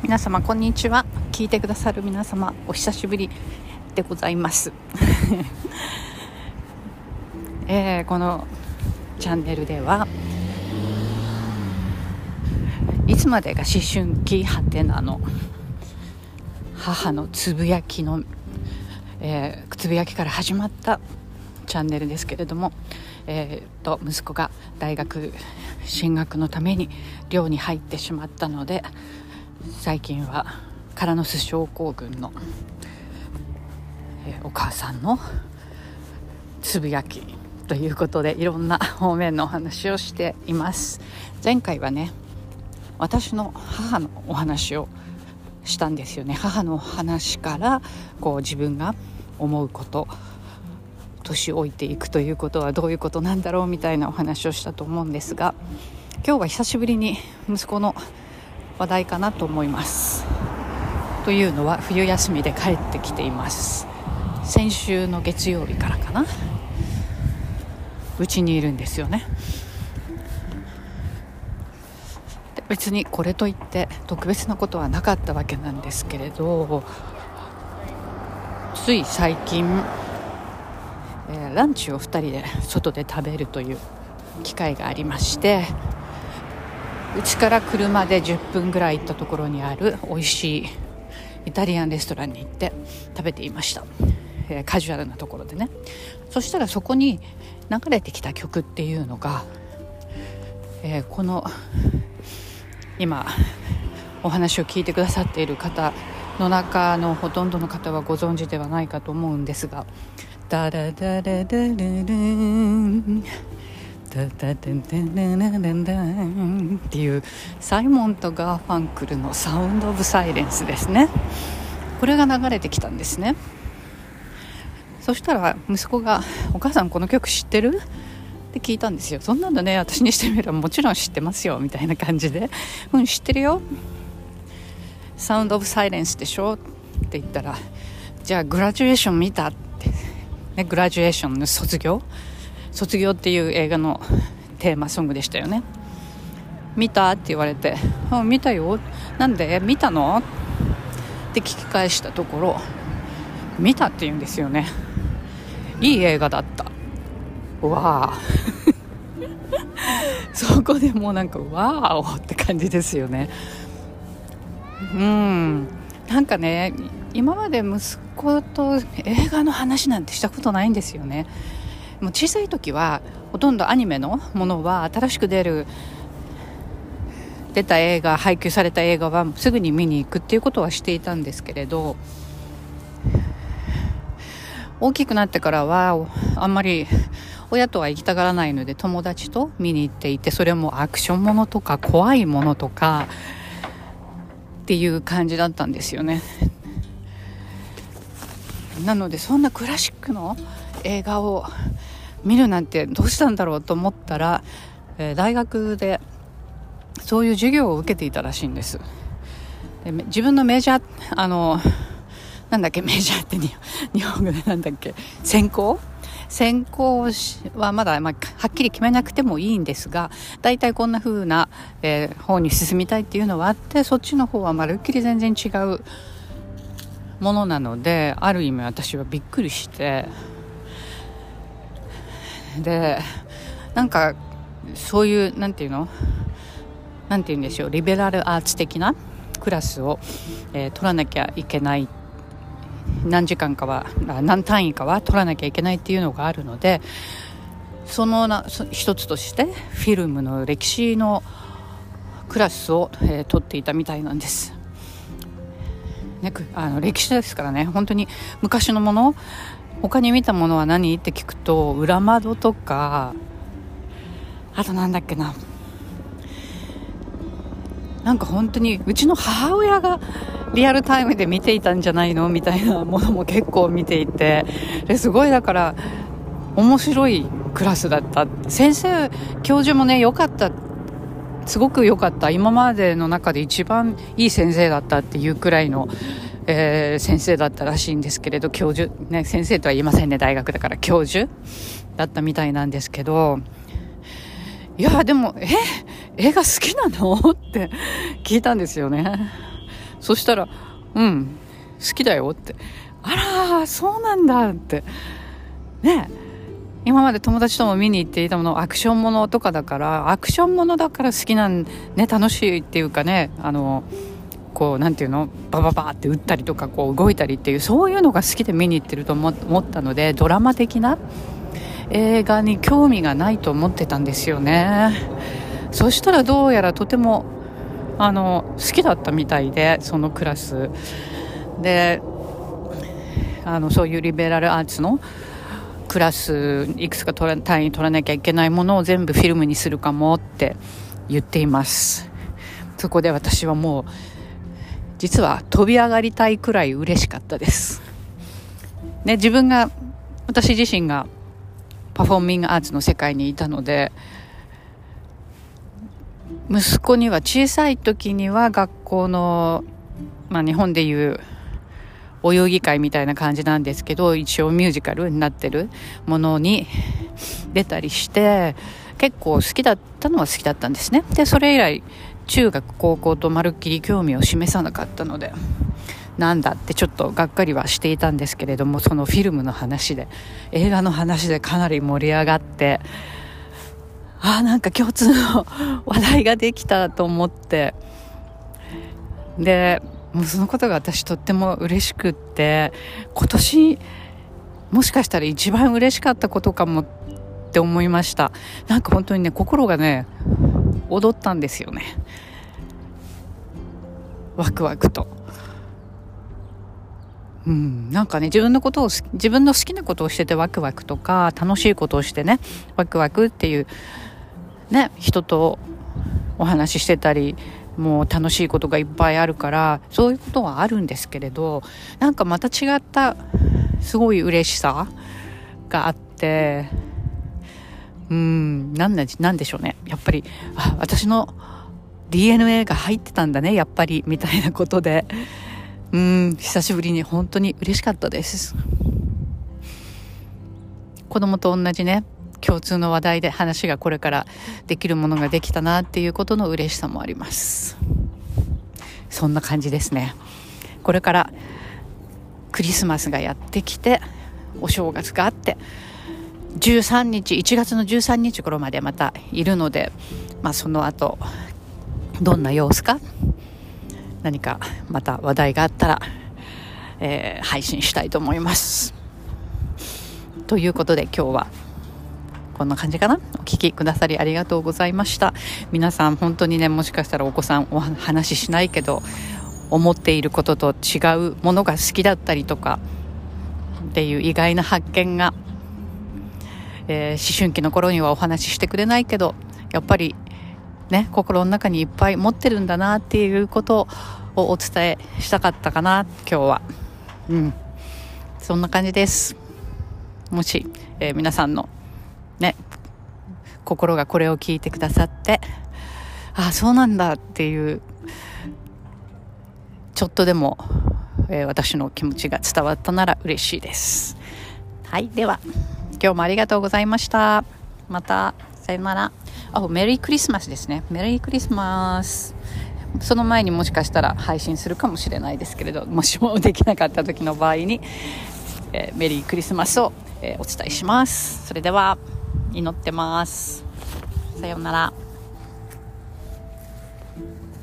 皆様こんにちは。聞いてくださる皆様お久しぶりでございますこのチャンネルではいつまでが思春期はてなの母のつぶやきの、つぶやきから始まったチャンネルですけれども、息子が大学進学のために寮に入ってしまったので、最近はカラノス症候群の、お母さんのつぶやきということで、いろんな方面のお話をしています。前回はね、私の母のお話をしたんですよね。母の話から自分が思うこと、年老いていくということはどういうことなんだろうみたいなお話をしたと思うんですが、今日は久しぶりに息子の話題かなと思います。というのは冬休みで帰ってきています。先週の月曜日からかな、うちにいるんですよね。で、別にこれといって特別なことはなかったわけなんですけれど、つい最近ランチを2人で外で食べるという機会がありまして、うちから車で10分ぐらい行ったところにある美味しいイタリアンレストランに行って食べていました。カジュアルなところでね。そしたらそこに流れてきた曲っていうのが、この今お話を聞いてくださっている方の中のほとんどの方はご存知ではないかと思うんですが、ダラダラダラダンダダダダダダンっていうサイモンとガーファンクルのサウンドオブサイレンスですね。これが流れてきたんですね。そしたら息子が、お母さんこの曲知ってるって聞いたんですよ。そんなのね、私にしてみればもちろん知ってますよみたいな感じで、知ってるよ、サウンドオブサイレンスでしょって言ったら、じゃあグラジュエーション見たってね、グラジュエーションの卒業っていう映画のテーマソングでしたよね。見たって言われて、見たよ、なんで見たのって聞き返したところ、見たって言うんですよね。いい映画だった。わーそこでもうなんかわーおって感じですよね。なんかね、今まで息子と映画の話なんてしたことないんですよね。もう小さい時はほとんどアニメのものは、新しく出た映画、配給された映画はすぐに見に行くっていうことはしていたんですけれど、大きくなってからはあんまり親とは行きたがらないので、友達と見に行っていて、それもアクションものとか怖いものとかっていう感じだったんですよね。なのでそんなクラシックの映画を見るなんてどうしたんだろうと思ったら、大学でそういう授業を受けていたらしいんです。で、自分のメジャーメジャーって日本語で専攻はまだ、はっきり決めなくてもいいんですが、だいたいこんな風な、方に進みたいっていうのはあって、そっちの方はまるっきり全然違うものなので、ある意味私はびっくりして、でそういうなんていうんでしょう、リベラルアーツ的なクラスを、取らなきゃいけない、何単位かは取らなきゃいけないっていうのがあるので、その一つとしてフィルムの歴史のクラスを、取っていたみたいなんです、ね。歴史ですからね、本当に昔のもの、他に見たものは何って聞くと、裏窓とか、あと本当にうちの母親がリアルタイムで見ていたんじゃないのみたいなものも結構見ていて、すごいだから面白いクラスだった。教授もね、良かった、すごく良かった、今までの中で一番いい先生だったっていうくらいの、先生だったらしいんですけれど、教授ね、先生とは言いませんね、大学だから教授だったみたいなんですけど、いやでも映画好きなのって聞いたんですよね。 そしたら好きだよって、あらそうなんだってね。今まで友達とも見に行っていたものアクションものとかだから、アクションものだから好きなんね、楽しいっていうかね、こうなんていうの、バババって打ったりとかこう動いたりっていう、そういうのが好きで見に行ってると思ったので、ドラマ的な映画に興味がないと思ってたんですよね。そしたらどうやらとても好きだったみたいで、そのクラスでそういうリベラルアーツのクラスいくつか単位取らなきゃいけないものを全部フィルムにするかもって言っています。そこで私はもう実は飛び上がりたいくらい嬉しかったです、ね。私自身がパフォーミングアーツの世界にいたので、息子には小さい時には学校の、日本でいう泳ぎ会みたいな感じなんですけど、一応ミュージカルになってるものに出たりして結構好きだったのは好きだったんですね。でそれ以来中学高校とまるっきり興味を示さなかったので、なんだってちょっとがっかりはしていたんですけれども、そのフィルムの話で、映画の話でかなり盛り上がって、なんか共通の話題ができたと思って、でもうそのことが私とっても嬉しくって、今年もしかしたら一番嬉しかったことかもって思いました。なんか本当にね、心がね踊ったんですよね、ワクワクと。なんかね、自分の好きなことをしててワクワクとか、楽しいことをしてねワクワクっていうね、人とお話ししてたり、もう楽しいことがいっぱいあるから、そういうことはあるんですけれど、なんかまた違ったすごい嬉しさがあって、なんでしょうね、やっぱり私の DNA が入ってたんだねやっぱりみたいなことで、久しぶりに本当に嬉しかったです。子供と同じね共通の話題で話がこれからできるものができたなっていうことの嬉しさもあります。そんな感じですね。これからクリスマスがやってきて、お正月があって、1月の13日頃までまたいるので、その後どんな様子か、何かまた話題があったら、配信したいと思います。ということで今日はこんな感じかな。お聞きくださりありがとうございました。皆さん本当にね、もしかしたらお子さんお話ししないけど思っていることと違うものが好きだったりとかっていう意外な発見が、思春期の頃にはお話ししてくれないけど、やっぱりね、心の中にいっぱい持ってるんだなっていうことをお伝えしたかったかな今日は。そんな感じです。もし、皆さんのね、心がこれを聞いてくださって、そうなんだっていうちょっとでも、私の気持ちが伝わったなら嬉しいです。はい、では今日もありがとうございました。またさよなら。メリークリスマスですね。メリークリスマス。その前にもしかしたら配信するかもしれないですけれど、もしもできなかった時の場合に、メリークリスマスを、お伝えします。それでは祈ってます。さようなら。